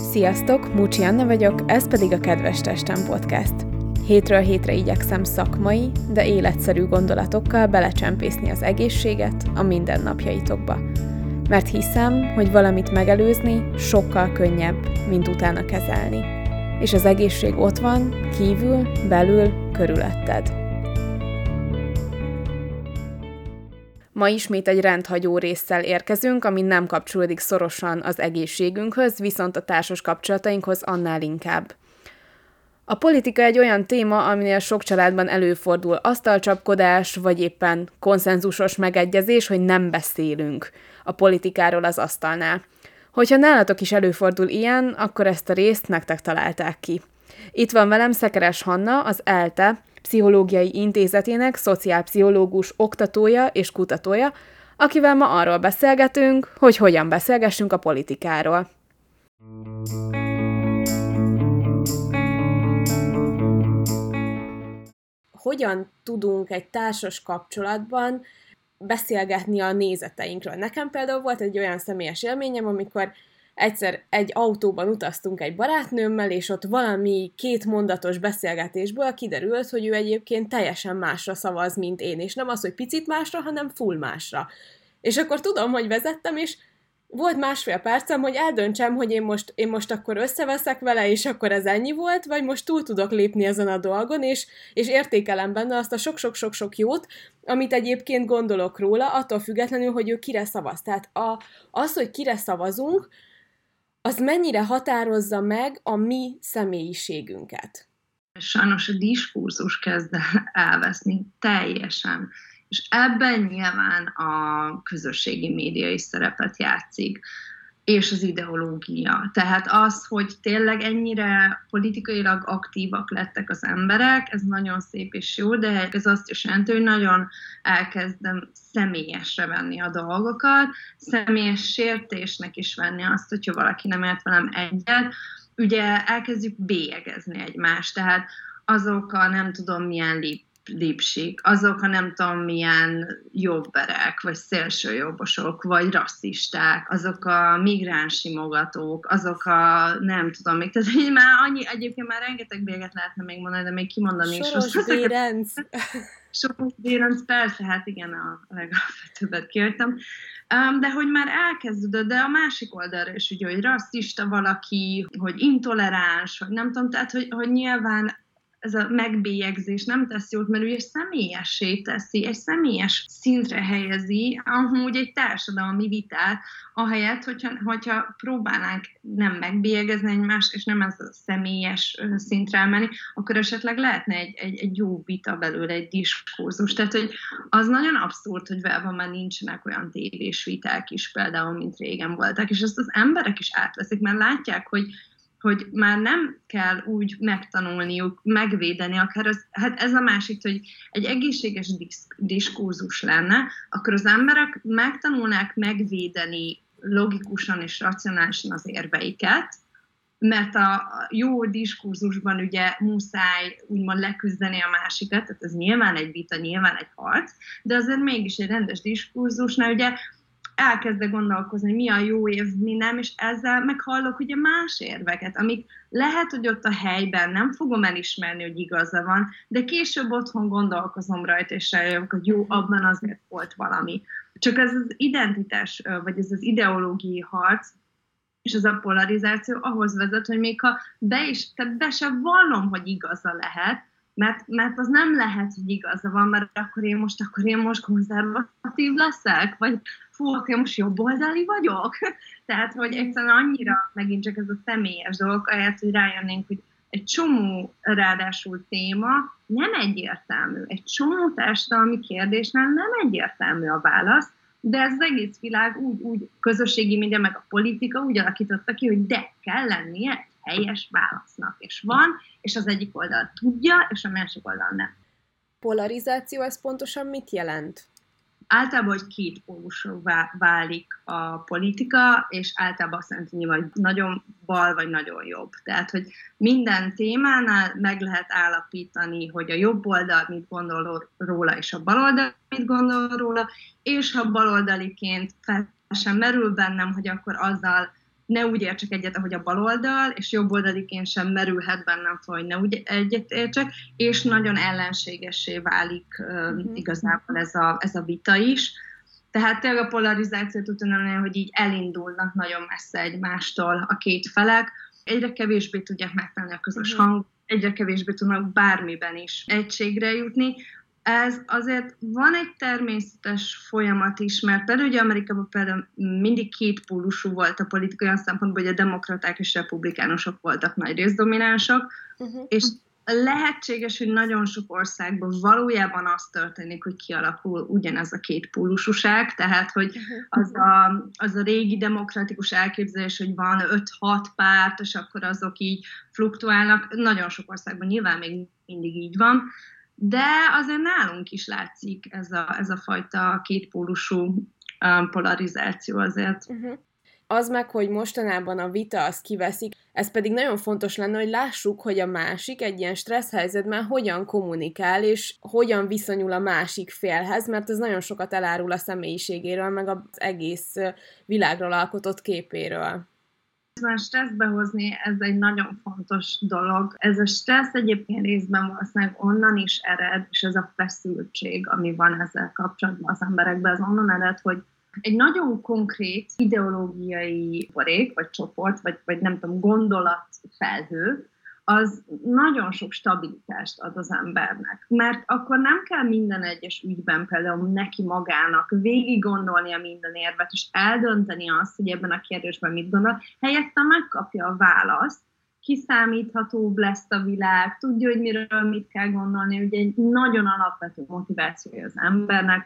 Sziasztok, Múcsi Anna vagyok, ez pedig a Kedves Testem Podcast. Hétről hétre igyekszem szakmai, de életszerű gondolatokkal belecsempészni az egészséget a mindennapjaitokba. Mert hiszem, hogy valamit megelőzni sokkal könnyebb, mint utána kezelni. És az egészség ott van, kívül, belül, körülötted. Ma ismét egy rendhagyó résszel érkezünk, ami nem kapcsolódik szorosan az egészségünkhöz, viszont a társas kapcsolatainkhoz annál inkább. A politika egy olyan téma, aminél sok családban előfordul asztalcsapkodás, vagy éppen konszenzusos megegyezés, hogy nem beszélünk a politikáról az asztalnál. Hogyha nálatok is előfordul ilyen, akkor ezt a részt nektek találták ki. Itt van velem Szekeres Hanna, az ELTE Pszichológiai Intézetének szociálpszichológus oktatója és kutatója, akivel ma arról beszélgetünk, hogy hogyan beszélgessünk a politikáról. Hogyan tudunk egy társas kapcsolatban beszélgetni a nézeteinkről? Nekem például volt egy olyan személyes élményem, amikor egyszer egy autóban utaztunk egy barátnőmmel, és ott valami 2 mondatos beszélgetésből kiderült, hogy ő egyébként teljesen másra szavaz, mint én, és nem az, hogy picit másra, hanem full másra. És akkor tudom, hogy vezettem, és volt 1,5 percem, hogy eldöntsem, hogy én most akkor összeveszek vele, és akkor ez ennyi volt, vagy most túl tudok lépni ezen a dolgon, és értékelem benne azt a sok-sok-sok-sok jót, amit egyébként gondolok róla, attól függetlenül, hogy ő kire szavaz. Tehát az, hogy kire szavazunk, az mennyire határozza meg a mi személyiségünket? Sajnos a diskurzus kezd elveszni teljesen, és ebben nyilván a közösségi média is szerepet játszik, és az ideológia. Tehát az, hogy tényleg ennyire politikailag aktívak lettek az emberek, ez nagyon szép és jó, de ez azt is jelenti, hogy nagyon elkezdem személyesre venni a dolgokat, személyes sértésnek is venni azt, hogyha valaki nem ért velem egyet, ugye elkezdjük bélyegezni egymást, tehát azok a nem tudom milyen lipsik, azok a nem tudom milyen jobberek, vagy szélsőjobbosok, vagy rasszisták, azok a migráns simogatók, azok a nem tudom még, tehát így már egyébként már rengeteg béget lehetne még mondani, de még kimondani is. Soros Bérenc. Soros Bérenc, persze, hát igen, a legalapvetőbbet kértem. De hogy már elkezdődött, de a másik oldalra is ugye, hogy rasszista valaki, hogy intoleráns, vagy nem tudom, tehát hogy nyilván ez a megbélyegzés nem tesz jót, mert ugye személyessé teszi, egy személyes szintre helyezi amúgy egy társadalmi vitát, ahelyett, hogyha próbálnánk nem megbélyegezni egymást, és nem ez a személyes szintre elmenni, akkor esetleg lehetne egy jó vita belőle, egy diskurzus. Tehát, hogy az nagyon abszurd, hogy velve már nincsenek olyan tévés viták is például, mint régen voltak, és ezt az emberek is átveszik, mert látják, hogy már nem kell úgy megtanulniuk, megvédeni, akár hát ez a másik, hogy egy egészséges diskurzus lenne, akkor az emberek megtanulnák megvédeni logikusan és racionálisan az érveiket, mert a jó diskurzusban ugye muszáj úgymond leküzdeni a másikat, tehát ez nyilván egy vita, nyilván egy harc, de azért mégis egy rendes diskurzusnál ugye elkezdek gondolkozni, hogy mi a jó év, mi nem, és ezzel meghallok ugye más érveket, amik lehet, hogy ott a helyben nem fogom elismerni, hogy igaza van, de később otthon gondolkozom rajta, és rájövök, hogy jó, abban azért volt valami. Csak ez az identitás, vagy ez az ideológiai harc, és ez a polarizáció ahhoz vezet, hogy még ha be sem vallom, hogy igaza lehet, mert az nem lehet, hogy igaza van, mert akkor én most konzervatív leszek, vagy akkor én most jobboldali vagyok. Tehát, hogy egyszerűen annyira megint csak ez a személyes dolog, ahelyett, hogy rájönnénk, hogy egy csomó ráadásul téma nem egyértelmű. Egy csomó társadalmi kérdésnél nem egyértelmű a válasz, de ez az egész világ úgy közösségi média, meg a politika úgy alakította ki, hogy de kell lennie egy helyes válasznak. És van, és az egyik oldal tudja, és a másik oldal nem. Polarizáció, ez pontosan mit jelent? Általában, hogy kétpólusúvá válik a politika, és általában azt jelenti, hogy nagyon bal, vagy nagyon jobb. Tehát, hogy minden témánál meg lehet állapítani, hogy a jobb oldal mit gondol róla, és a bal oldal mit gondol róla, és ha baloldaliként fel sem merül bennem, hogy akkor azzal ne úgy értsek egyet, ahogy a baloldal, és jobboldaliként sem merülhet bennem fel, hogy ne úgy egyet értsek, és nagyon ellenségessé válik igazából ez a vita is. Tehát tényleg a polarizációt utána, hogy így elindulnak nagyon messze egymástól a két felek, egyre kevésbé tudják megtalálni a közös hang, egyre kevésbé tudnak bármiben is egységre jutni. Ez azért van egy természetes folyamat is, mert például ugye Amerikában például mindig kétpólusú volt a politika olyan szempontból, hogy a demokraták és republikánusok voltak nagy részt dominánsak, és lehetséges, hogy nagyon sok országban valójában az történik, hogy kialakul ugyanez a kétpólusúság, tehát hogy az a régi demokratikus elképzelés, hogy van 5-6 párt, és akkor azok így fluktuálnak, nagyon sok országban nyilván még mindig így van, de azért nálunk is látszik ez a fajta kétpólusú polarizáció azért. Az meg, hogy mostanában a vita azt kiveszik, ez pedig nagyon fontos lenne, hogy lássuk, hogy a másik egy ilyen stressz helyzetben hogyan kommunikál, és hogyan viszonyul a másik félhez, mert ez nagyon sokat elárul a személyiségéről, meg az egész világról alkotott képéről. A stresszbe hozni, ez egy nagyon fontos dolog. Ez a stressz egyébként részben valószínűleg onnan is ered, és ez a feszültség, ami van ezzel kapcsolatban az emberekben, az onnan ered, hogy egy nagyon konkrét ideológiai borék, vagy csoport, vagy nem tudom, gondolatfelhő, az nagyon sok stabilitást ad az embernek. Mert akkor nem kell minden egyes ügyben például neki magának végig gondolnia minden érvet, és eldönteni azt, hogy ebben a kérdésben mit gondol, helyette megkapja a választ, kiszámíthatóbb lesz a világ, tudja, hogy miről mit kell gondolni, ugye egy nagyon alapvető motivációja az embernek,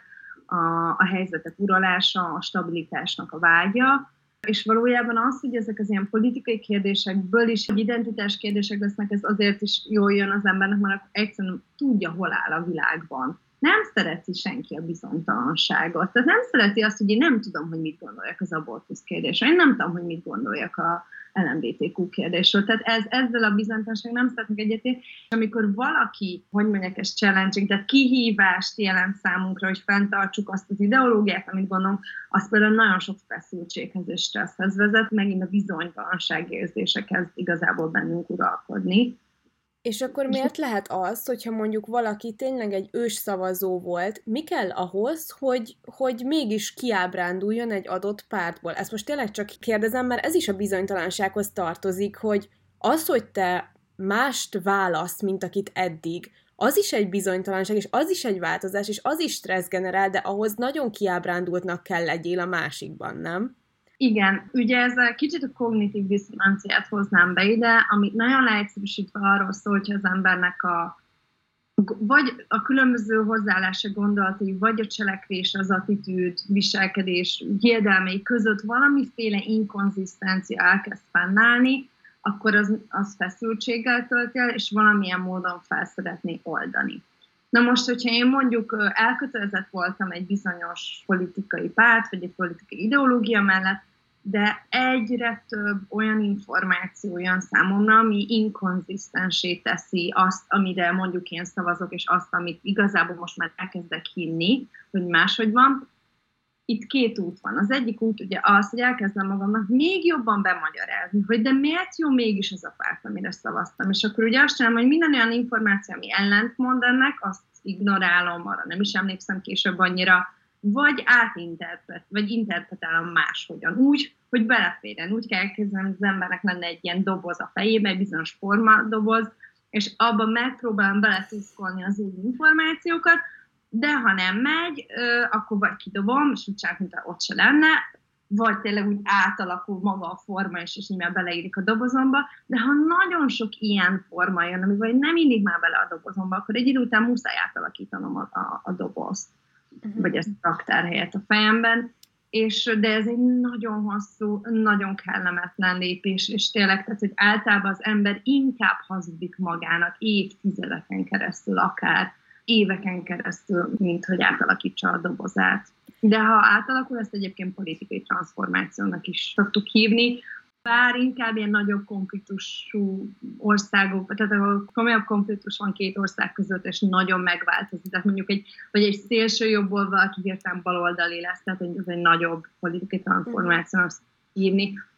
a helyzetek uralása, a stabilitásnak a vágya, és valójában az, hogy ezek az ilyen politikai kérdésekből is egy identitás kérdések lesznek, ez azért is jól jön az embernek, mert egyszerűen tudja, hol áll a világban. Nem szereti senki a bizonytalanságot. Tehát nem szereti azt, hogy én nem tudom, hogy mit gondoljak az abortusz kérdésről. Én nem tudom, hogy mit gondoljak a LMBTQ kérdésről. Tehát ezzel a bizonytalanság nem szeretnek egyetérteni. Amikor valaki, hogy mondják, ez challenging, tehát kihívást jelent számunkra, hogy fenntartsuk azt az ideológiát, amit gondolunk, az például nagyon sok feszültséghez és stresszhez vezet, megint a bizonytalanság érzése kezd igazából bennünk uralkodni. És akkor miért lehet az, hogyha mondjuk valaki tényleg egy ősszavazó volt, mi kell ahhoz, hogy mégis kiábránduljon egy adott pártból? Ezt most tényleg csak kérdezem, mert ez is a bizonytalansághoz tartozik, hogy az, hogy te mást válasz, mint akit eddig, az is egy bizonytalanság, és az is egy változás, és az is stressz generál, de ahhoz nagyon kiábrándultnak kell legyél a másikban, nem? Igen, ugye ez a kicsit a kognitív diszonanciát hoznám be ide, amit nagyon leegyszerűsítve arról szól, hogy az embernek vagy a különböző hozzáállása, gondolatai, vagy a cselekvés, az attitűd, viselkedés, hiedelmei között valamiféle inkonzisztencia elkezd fennállni, akkor az feszültséggel tölt el, és valamilyen módon fel szeretné oldani. Na most, hogyha én mondjuk elkötelezett voltam egy bizonyos politikai párt, vagy egy politikai ideológia mellett, de egyre több olyan információ jön számomra, ami inkonzisztensé teszi azt, amire mondjuk én szavazok, és azt, amit igazából most már elkezdek hinni, hogy máshogy van. Itt két út van. Az egyik út ugye az, hogy elkezdem magamnak még jobban bemagyarázni, hogy de miért jó mégis ez a párt, amire szavaztam. És akkor ugye azt csinálom, hogy minden olyan információ, ami ellentmond ennek, azt ignorálom, arra nem is emlékszem később annyira, vagy vagy interpretálom máshogyan. Úgy, hogy beleférjen. Úgy kell elkezdeni, hogy az embernek lenne egy ilyen doboz a fejében, egy bizonyos formadoboz, és abban megpróbálom beletuszkolni az új információkat, de ha nem megy, akkor vagy kidobom, és úgy csinálok, mint ott se lenne, vagy tényleg úgy átalakul maga a forma, és így már beleírik a dobozomba, de ha nagyon sok ilyen forma jön, ami vagy nem illik már bele a dobozomba, akkor egy idő után muszáj átalakítanom a dobozt, vagy ezt a raktárhelyet a fejemben, de ez egy nagyon hosszú, nagyon kellemetlen lépés, és tényleg, tehát, hogy általában az ember inkább hazudik magának évtizedeken keresztül, akár éveken keresztül, mint hogy átalakítsa a dobozát. De ha átalakul, ezt egyébként politikai transformációnak is szoktuk hívni, bár inkább ilyen nagyobb konfliktusú országok, tehát ahol komolyabb konfliktus van két ország között, és nagyon megváltozik. Tehát mondjuk egy szélső jobboldal, aki hirtelen baloldali lesz, tehát egy nagyobb politikai transformációnak hívni,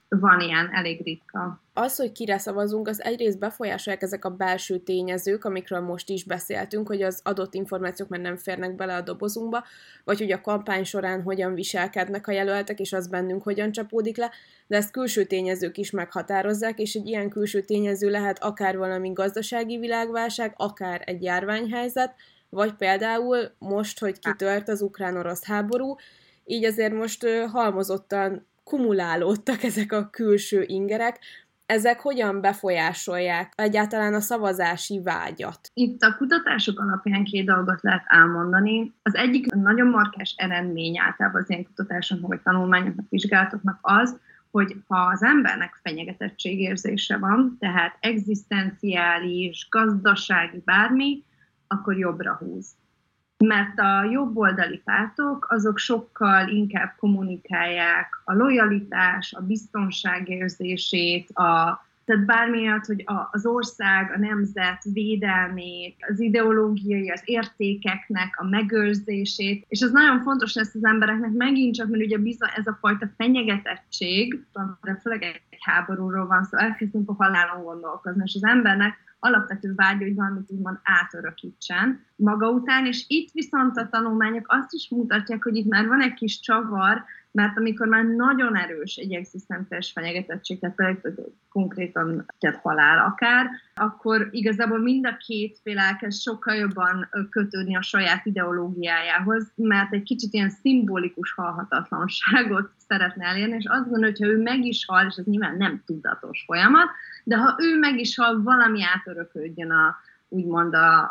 van ilyen elég ritka. Az, hogy kire szavazunk, az egyrészt befolyásolják ezek a belső tényezők, amikről most is beszéltünk, hogy az adott információk már nem férnek bele a dobozunkba, vagy hogy a kampány során hogyan viselkednek a jelöltek, és az bennünk hogyan csapódik le, de ezt külső tényezők is meghatározzák, és egy ilyen külső tényező lehet akár valami gazdasági világválság, akár egy járványhelyzet, vagy például most, hogy kitört az ukrán-orosz háború, így azért most halmozottan kumulálódtak ezek a külső ingerek. Ezek hogyan befolyásolják egyáltalán a szavazási vágyat? Itt a kutatások alapján 2 dolgot lehet elmondani. Az egyik nagyon markáns eredmény általában az ilyen kutatásoknak, vagy tanulmányoknak, vizsgálatoknak az, hogy ha az embernek fenyegetettségérzése van, tehát egzisztenciális, gazdasági bármi, akkor jobbra húz. Mert a jobboldali pártok azok sokkal inkább kommunikálják a lojalitás, a biztonságérzését, tehát bármilyat, hogy az ország, a nemzet védelmét, az ideológiai, az értékeknek a megőrzését, és ez nagyon fontos lesz az embereknek megint csak, mert ugye bizony ez a fajta fenyegetettség, főleg egy háborúról van szó, elkezdünk a halálon gondolkozni, és az embernek alapvető vágy, hogy valamit úgymond átörökítsen maga után, és itt viszont a tanulmányok azt is mutatják, hogy itt már van egy kis csavar, mert amikor már nagyon erős egy egzisztenciális fenyegetettség, tehát például konkrétan halál akár, akkor igazából mind a két fél elkezd sokkal jobban kötődni a saját ideológiájához, mert egy kicsit ilyen szimbolikus halhatatlanságot szeretne elérni, és azt gondolja, hogy ha ő meg is hal, és ez nyilván nem tudatos folyamat, de ha ő meg is hal, valami átöröködjön úgymond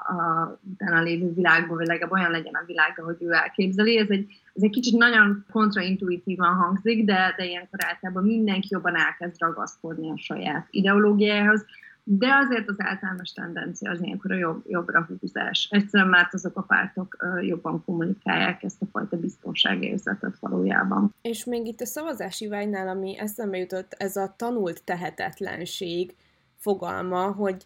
utána lévő világban, vagy legalább olyan legyen a világ, ahogy ő elképzeli. Ez egy kicsit nagyon kontraintuitívan hangzik, de ilyenkor általában mindenki jobban elkezd ragaszkodni a saját ideológiájához, de azért az általános tendencia az ilyenkor a jobbra húzás. Egyszerűen mert azok a pártok jobban kommunikálják ezt a fajta biztonságérzetet valójában. És még itt a szavazási vágynál, ami eszembe jutott, ez a tanult tehetetlenség fogalma, hogy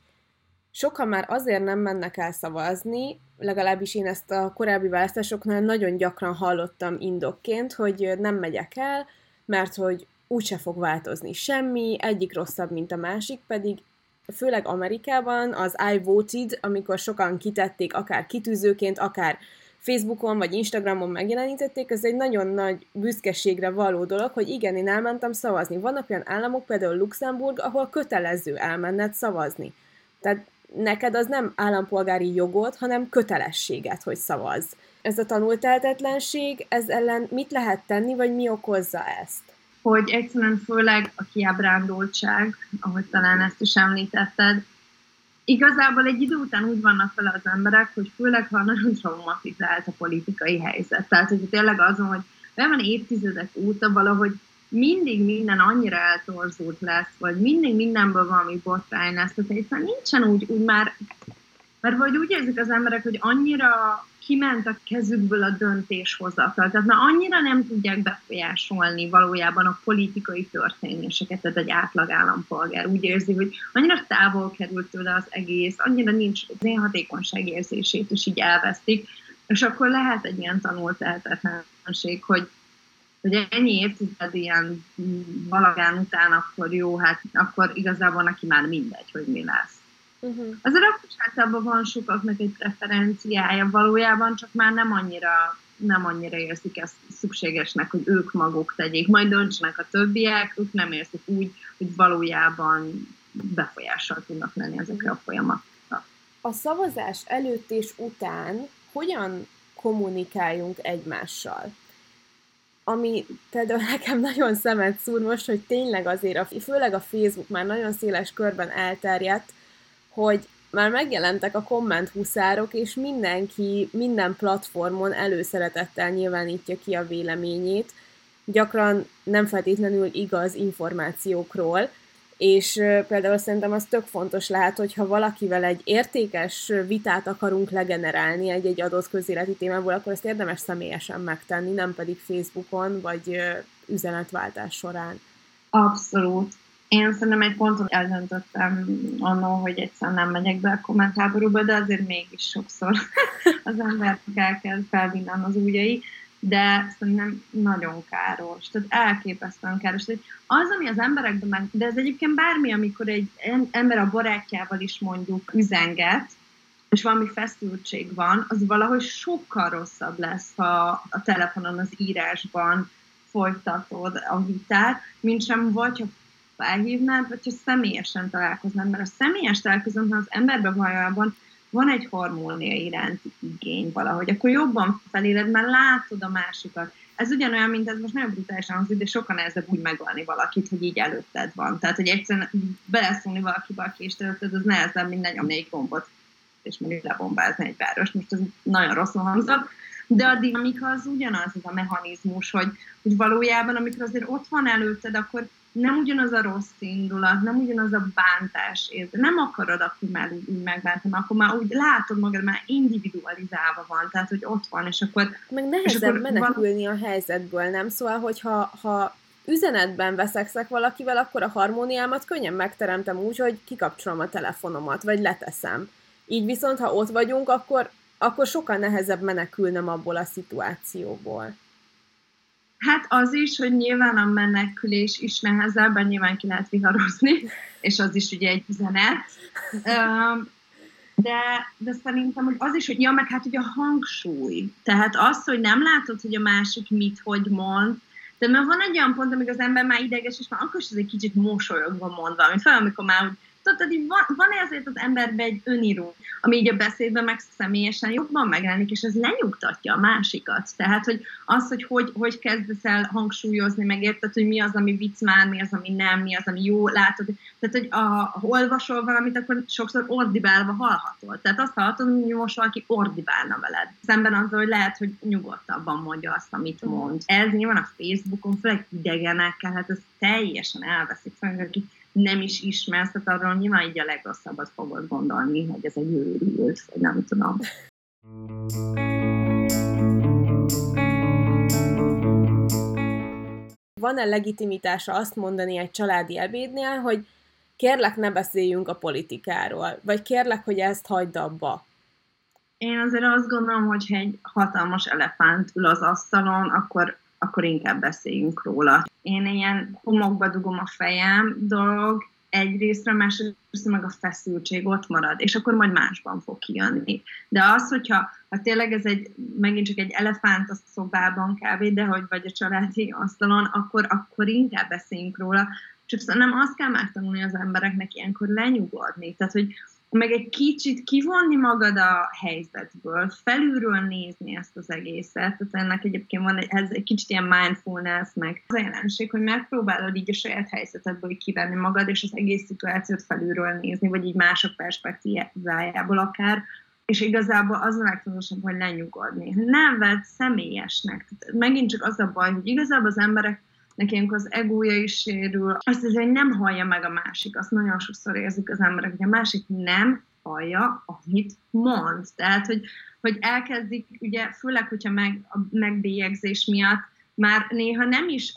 sokan már azért nem mennek el szavazni, legalábbis én ezt a korábbi választásoknál nagyon gyakran hallottam indokként, hogy nem megyek el, mert hogy úgyse fog változni semmi, egyik rosszabb, mint a másik, pedig főleg Amerikában az I voted, amikor sokan kitették, akár kitűzőként, akár Facebookon vagy Instagramon megjelenítették, ez egy nagyon nagy büszkeségre való dolog, hogy igen, én elmentem szavazni. Vannak olyan államok, például Luxemburg, ahol kötelező elmenned szavazni. Tehát neked az nem állampolgári jogod, hanem kötelességed, hogy szavazz. Ez a tanultehetetlenség, ez ellen mit lehet tenni, vagy mi okozza ezt? Hogy egyszerűen főleg a kiábrándultság, ahogy talán ezt is említetted, igazából egy idő után úgy vannak vele az emberek, hogy főleg, ha nagyon traumatizált a politikai helyzet. Tehát, hogy tényleg azon, hogy olyan évtizedek óta valahogy mindig minden annyira eltorzult lesz, vagy mindig mindenből valami botrány lesz, tehát hiszen nincsen úgy már, mert vagy úgy érzik az emberek, hogy annyira kiment a kezükből a döntéshozatal, tehát már annyira nem tudják befolyásolni valójában a politikai történéseket, tehát egy átlag állampolgár úgy érzi, hogy annyira távol került tőle az egész, annyira nincs az én hatékonyságérzését is így elvesztik, és akkor lehet egy ilyen tanult eltetlenség, hogy ennyi évtized ilyen valagán után, akkor jó, hát akkor igazából neki már mindegy, hogy mi lesz. Uh-huh. Azért akkor általában van sokaknak egy preferenciája valójában, csak már nem annyira érzik ezt szükségesnek, hogy ők maguk tegyék. Majd döntsenek a többiek, ők nem érzik úgy, hogy valójában befolyással tudnak lenni ezekre a folyamatokra. A szavazás előtt és után hogyan kommunikáljunk egymással? Ami például nekem nagyon szemet szúr most, hogy tényleg azért, főleg a Facebook már nagyon széles körben elterjedt, hogy már megjelentek a kommenthuszárok, és mindenki minden platformon előszeretettel nyilvánítja ki a véleményét, gyakran nem feltétlenül igaz információkról, és például szerintem az tök fontos lehet, hogyha valakivel egy értékes vitát akarunk legenerálni egy adott közéleti témából, akkor ezt érdemes személyesen megtenni, nem pedig Facebookon, vagy üzenetváltás során. Abszolút. Én szerintem egy ponton eldöntöttem annól, hogy egyszerűen nem megyek be a kommentháborúba, de azért mégis sokszor az embernek elkezd felvinnem az ujjai. de szerintem nagyon káros, tehát elképesztően káros. Az, ami az emberekben meg, de ez egyébként bármi, amikor egy ember a barátjával is mondjuk üzenget, és valami feszültség van, az valahogy sokkal rosszabb lesz, ha a telefonon az írásban folytatod a vitát, mint sem vagy, ha felhívnád, vagy ha személyesen találkoznád, mert a személyes találkozón, ha az emberben valójában van egy harmónia iránti igény valahogy, akkor jobban feléled, mert látod a másikat. Ez ugyanolyan, mint ez most nagyon brutálisan hangzik, de sokkal nehezebb úgy megölni valakit, hogy így előtted van. Tehát, hogy egyszerűen beleszólni valakibe, aki is előtted, az nehezebb, mint nyomni egy gombot, és mondjuk lebombázni egy várost. Most ez nagyon rosszul hangzott. De a dinamika az ugyanaz, az a mechanizmus, hogy valójában, amikor azért ott van előtted, akkor nem ugyanaz a rossz indulat, nem ugyanaz a bántás érzet, nem akarod, aki már úgy megbántani, akkor már úgy látod magad, már individualizálva van, tehát, hogy ott van, és akkor... Meg nehezebb menekülni a helyzetből, nem? Szóval, hogyha üzenetben veszekszek valakivel, akkor a harmóniámat könnyen megteremtem úgy, hogy kikapcsolom a telefonomat, vagy leteszem. Így viszont, ha ott vagyunk, akkor sokkal nehezebb menekülnem abból a szituációból. Hát az is, hogy nyilván a menekülés is nehezebb, mert nyilván ki lehet viharozni, és az is ugye egy üzenet. De szerintem hogy az is, hogy ja, meg hát ugye a hangsúly. Tehát az, hogy nem látod, hogy a másik mit, hogy mond, de mert van egy olyan pont, amikor az ember már ideges, és már akkor is egy kicsit mosolyogva mond valamit. Fel, amikor már úgy, tudod, van azért az emberben egy öníró, ami így a beszédben meg személyesen jobban megjelenik, és ez lenyugtatja a másikat. Tehát, hogy az, hogy kezdesz el hangsúlyozni, meg érted, hogy mi az, ami vicc már, mi az, ami nem, mi az, ami jó, látod. Tehát, hogy ha olvasol valamit, akkor sokszor ordibálva hallhatod. Tehát azt hallhatod, hogy most valaki ordibálna veled. Szemben azzal, hogy lehet, hogy nyugodtabban mondja azt, amit mond. Ez nyilván a Facebookon, főleg idegenekkel, hát ez teljesen elveszik, főleg akik nem is ismersz, tehát arról nyilván így a legrosszabbat fogod gondolni, hogy ez egy őrült, vagy nem tudom. Van-e legitimitása azt mondani egy családi ebédnél, hogy kérlek, ne beszéljünk a politikáról, vagy kérlek, hogy ezt hagyd abba? Én azért azt gondolom, hogy ha egy hatalmas elefánt ül az asztalon, akkor inkább beszéljünk róla. Én ilyen homokba dugom a fejem dolog, egyrésztre, másrészt meg a feszültség ott marad, és akkor majd másban fog kijönni. De az, hogyha tényleg ez megint csak egy elefánt a szobában kb., de hogy vagy a családi asztalon, akkor inkább beszéljünk róla. Csak nem azt kell megtanulni az embereknek ilyenkor lenyugodni. Tehát, hogy meg egy kicsit kivonni magad a helyzetből, felülről nézni ezt az egészet, tehát ennek egyébként van ez egy kicsit ilyen mindfulness, meg az a jelenség, hogy megpróbálod így a saját helyzetedből kivenni magad, és az egész szituációt felülről nézni, vagy így mások perspektívájából akár, és igazából az a legfontosabb, hogy lenyugodni. Nem vedd személyesnek. Tehát megint csak az a baj, hogy igazából az emberek nekünk az egója is sérül. Azt hiszem, hogy nem hallja meg a másik. Azt nagyon sokszor érzik az emberek, hogy a másik nem hallja, amit mond. Tehát, hogy elkezdik, ugye, főleg, hogyha a megbélyegzés miatt már néha nem is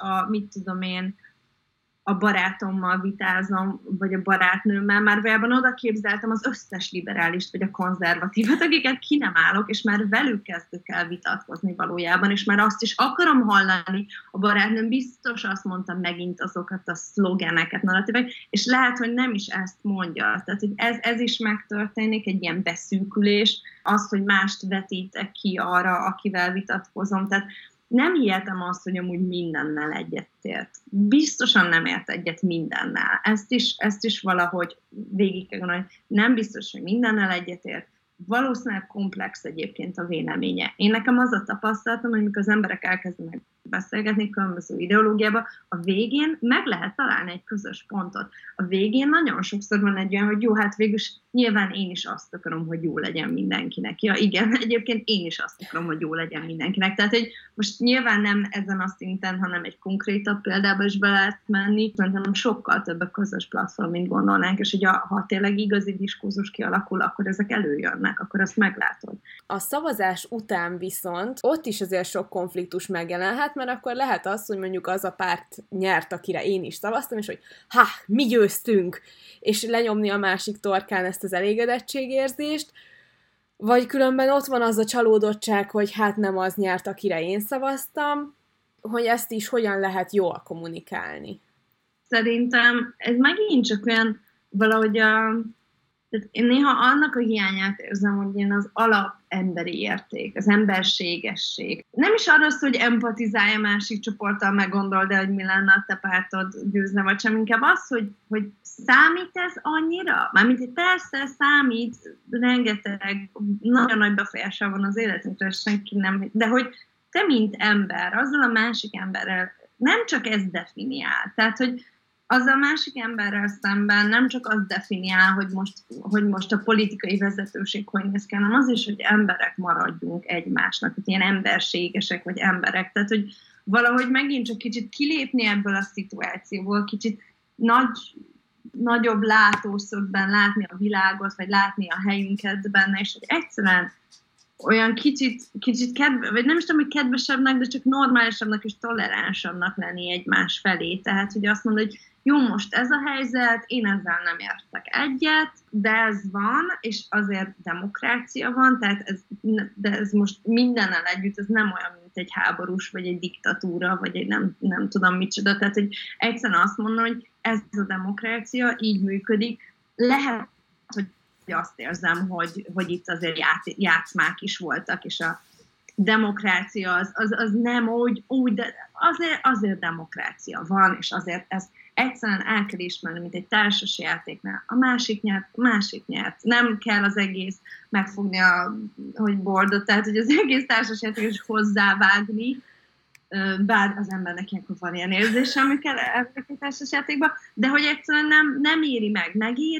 a barátommal vitázom, vagy a barátnőmmel, már valójában oda képzeltem az összes liberálist, vagy a konzervatívat, akiket ki nem állok, és már velük kezdek el vitatkozni valójában, és már azt is akarom hallani, a barátnőm biztos azt mondta megint azokat a szlogeneket, narratívek, és lehet, hogy nem is ezt mondja. Tehát, hogy ez is megtörténik, egy ilyen beszűkülés, az, hogy mást vetítek ki arra, akivel vitatkozom, tehát nem hihetem azt, hogy amúgy mindennel egyetért. Biztosan nem ért egyet mindennel. Ezt is valahogy végig kell gondolni. Nem biztos, hogy mindennel egyetért. Valószínűleg komplex egyébként a véleménye. Én nekem az a tapasztalatom, hogy mikor az emberek elkezdenek beszélgetni különböző ideológiába, a végén meg lehet találni egy közös pontot. A végén nagyon sokszor van egy olyan, hogy jó, hát végülis nyilván én is azt akarom, hogy jó legyen mindenkinek. Ja, igen, egyébként én is azt akarom, hogy jó legyen mindenkinek. Tehát, hogy most nyilván nem ezen a szinten, hanem egy konkrétabb példába is be lehet menni, szerintem sokkal több a közös platform, mint gondolnánk, és hogy ha tényleg igazi diskurzus kialakul, akkor ezek előjönnek, akkor azt meglátod. A szavazás után viszont ott is azért sok konfliktus megjelenhet, mert akkor lehet az, hogy mondjuk az a párt nyert, akire én is szavaztam, és hogy mi győztünk, és lenyomni a másik torkán ezt az elégedettségérzést, Vagy különben ott van az a csalódottság, hogy hát nem az nyert, akire én szavaztam, hogy ezt is hogyan lehet jól kommunikálni. Szerintem ez megint csak olyan valahogy tehát én néha annak a hiányát érzem, hogy én az alap emberi érték, az emberségesség. Nem is arra, hogy empatizálja másik csoporttal, meggondol, de hogy mi lenne a te pártod győzne, vagy sem, inkább az, hogy számít ez annyira? Mármint, hogy persze számít, rengeteg, nagyon nagy befolyással van az életünkre, senki nem, de hogy te, mint ember, azzal a másik emberrel nem csak ez definiál. Tehát, hogy az a másik emberrel szemben nem csak az definiál, hogy most a politikai vezetőség hogy néz ki, hanem az is, hogy emberek maradjunk egymásnak, hogy ilyen emberségesek vagy emberek. Tehát, hogy valahogy megint csak kicsit kilépni ebből a szituációból, kicsit nagyobb látószögben látni a világot, vagy látni a helyünket benne, és hogy egyszerűen olyan kicsit vagy nem is tudom, hogy kedvesebbnek, de csak normálisabbnak és toleránsabbnak lenni egymás felé. Tehát, hogy azt mondod, hogy jó, most ez a helyzet, én ezzel nem értek egyet, de ez van, és azért demokrácia van, tehát de ez most mindennel együtt, ez nem olyan, mint egy háborús, vagy egy diktatúra, vagy egy nem tudom micsoda. Tehát, hogy egyszerűen azt mondom, hogy ez a demokrácia így működik. Lehet, hogy azt érzem, hogy itt azért játszmák is voltak, és a demokrácia az nem úgy, de azért demokrácia van, és azért ezt egyszerűen el kell ismerni, mint egy társas játéknál. A másik nyert. Nem kell az egész megfogni hogy bordot, tehát hogy az egész társas játék is hozzávágni, bár az embernek ilyenkor van ilyen érzése, amikor elvegyek társas játékba, de hogy egyszerűen nem éri meg.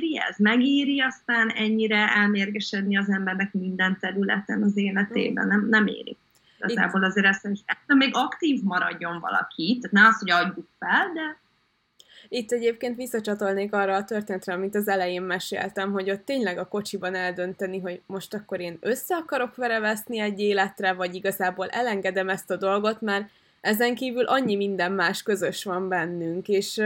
Megéri aztán ennyire elmérgesedni az embernek minden területen az életében. Nem éri. Igazából azért ezt még aktív maradjon valaki, tehát ne az, hogy adjuk fel, de itt egyébként visszacsatolnék arra a történetre, amit az elején meséltem, hogy ott tényleg a kocsiban eldönteni, hogy most akkor én össze akarok vele veszni egy életre, vagy igazából elengedem ezt a dolgot, mert ezen kívül annyi minden más közös van bennünk, és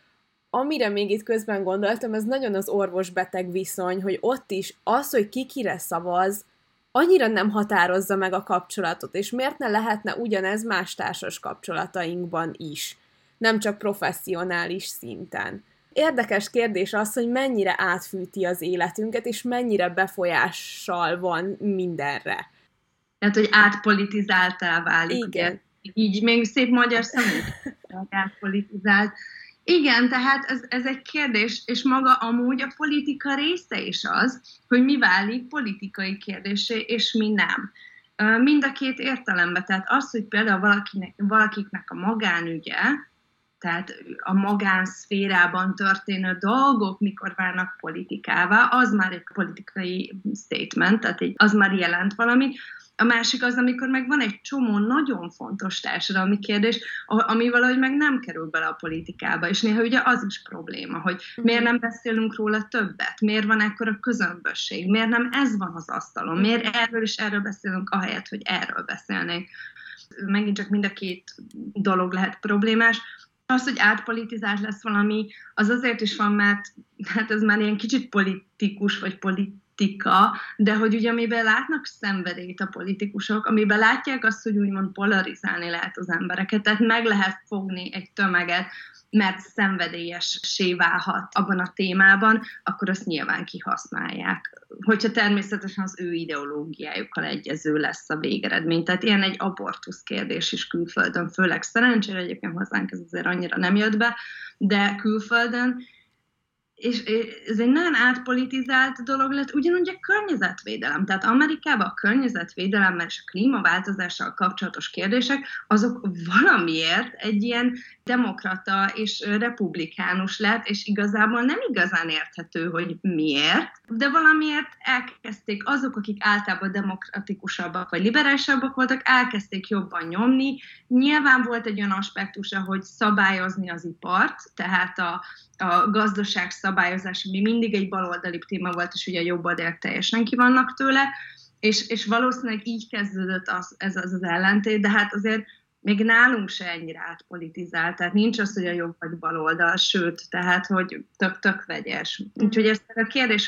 amire még itt közben gondoltam, ez nagyon az orvos-beteg viszony, hogy ott is az, hogy ki kire szavaz, annyira nem határozza meg a kapcsolatot, és miért ne lehetne ugyanez más társas kapcsolatainkban is, nem csak professzionális szinten. Érdekes kérdés az, hogy mennyire átfűti az életünket, és mennyire befolyással van mindenre. Tehát, hogy átpolitizáltá válik. Igen. Ugye? Így még szép magyar szemű, átpolitizált. Igen, tehát ez egy kérdés, és maga amúgy a politika része is az, hogy mi válik politikai kérdésé, és mi nem. Mind a két értelemben. Tehát az, hogy például valakiknek a magánügye, tehát a magánszférában történő dolgok, mikor válnak politikává, az már egy politikai statement, tehát az már jelent valamit. A másik az, amikor meg van egy csomó nagyon fontos társadalmi kérdés, ami valahogy meg nem kerül bele a politikába, és néha ugye az is probléma, hogy miért nem beszélünk róla többet, miért van ekkora közömbösség, miért nem ez van az asztalon, miért erről és erről beszélünk, ahelyett, hogy erről beszélnénk. Megint csak mind a két dolog lehet problémás. Az, hogy átpolitizált lesz valami, az azért is van, mert hát ez már ilyen kicsit politikus, vagy politika, de hogy ugye amiben látnak szenvedélyt a politikusok, amiben látják azt, hogy úgymond polarizálni lehet az embereket, tehát meg lehet fogni egy tömeget, mert szenvedélyessé válhat abban a témában, akkor azt nyilván kihasználják. Hogyha természetesen az ő ideológiájukkal egyező lesz a végeredmény. Tehát ilyen egy abortusz kérdés is külföldön, főleg szerencsére, egyébként hozzánk ez azért annyira nem jött be, de külföldön, és ez egy nagyon átpolitizált dolog lett, ugyanúgy a környezetvédelem. Tehát Amerikában a környezetvédelemmel és a klímaváltozással kapcsolatos kérdések, azok valamiért egy ilyen demokrata és republikánus lett, és igazából nem igazán érthető, hogy miért, de valamiért elkezdték azok, akik általában demokratikusabbak vagy liberálisabbak voltak, elkezdték jobban nyomni. Nyilván volt egy olyan aspektusa, hogy szabályozni az ipart, tehát a gazdaság szabályozás, ami mindig egy baloldali téma volt, és ugye a jobb oldalak teljesen ki vannak tőle, és valószínűleg így kezdődött ez az ellentét, de hát azért még nálunk se ennyire átpolitizált, tehát nincs az, hogy a jobb vagy baloldal, sőt, tehát, hogy tök vegyes. Úgyhogy ez a kérdés,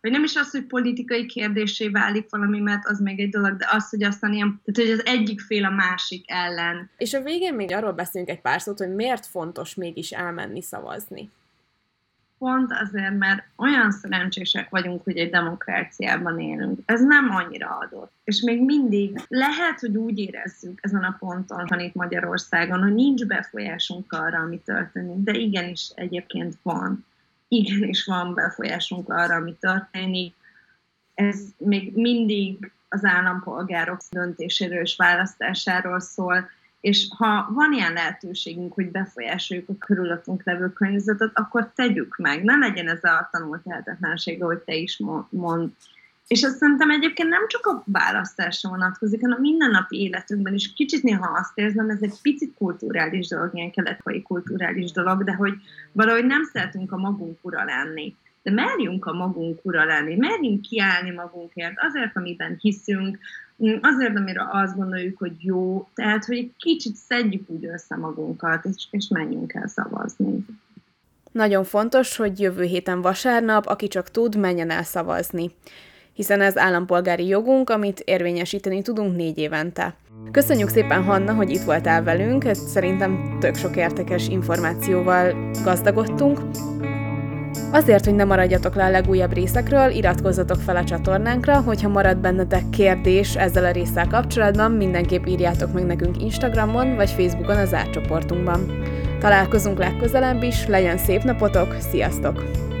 vagy nem is az, hogy politikai kérdéssé válik valami, mert az még egy dolog, de az, hogy aztán ilyen, tehát hogy az egyik fél a másik ellen. És a végén még arról beszélünk egy pár szót, hogy miért fontos mégis elmenni szavazni. Pont azért, mert olyan szerencsések vagyunk, hogy egy demokráciában élünk. Ez nem annyira adott. És még mindig lehet, hogy úgy érezzük ezen a ponton, itt Magyarországon, hogy nincs befolyásunk arra, ami történik, de igenis egyébként van. Igenis van befolyásunk arra, ami történik. Ez még mindig az állampolgárok döntéséről és választásáról szól, és ha van ilyen lehetőségünk, hogy befolyásoljuk a körülöttünk levő környezetet, akkor tegyük meg. Ne legyen ez a tanult lehetetlenség, ahogy te is mond. És azt szerintem egyébként nem csak a választásra vonatkozik, hanem a mindennapi életünkben is. Kicsit néha azt érzem, ez egy picit kulturális dolog, ilyen kelet-európai kulturális dolog, de hogy valahogy nem szeretünk a magunk ura lenni. De merjünk a magunk ura lenni, merjünk kiállni magunkért, azért, amiben hiszünk, azért, amire azt gondoljuk, hogy jó, tehát, hogy egy kicsit szedjük úgy össze magunkat, és menjünk el szavazni. Nagyon fontos, hogy jövő héten vasárnap, aki csak tud, menjen el szavazni. Hiszen ez állampolgári jogunk, amit érvényesíteni tudunk 4 évente. Köszönjük szépen, Hanna, hogy itt voltál velünk, szerintem tök sok értékes információval gazdagodtunk. Azért, hogy ne maradjatok le a legújabb részekről, iratkozzatok fel a csatornánkra, hogyha marad bennetek kérdés ezzel a résszel kapcsolatban, mindenképp írjátok meg nekünk Instagramon vagy Facebookon az zárt csoportunkban. Találkozunk legközelebb is, legyen szép napotok, sziasztok!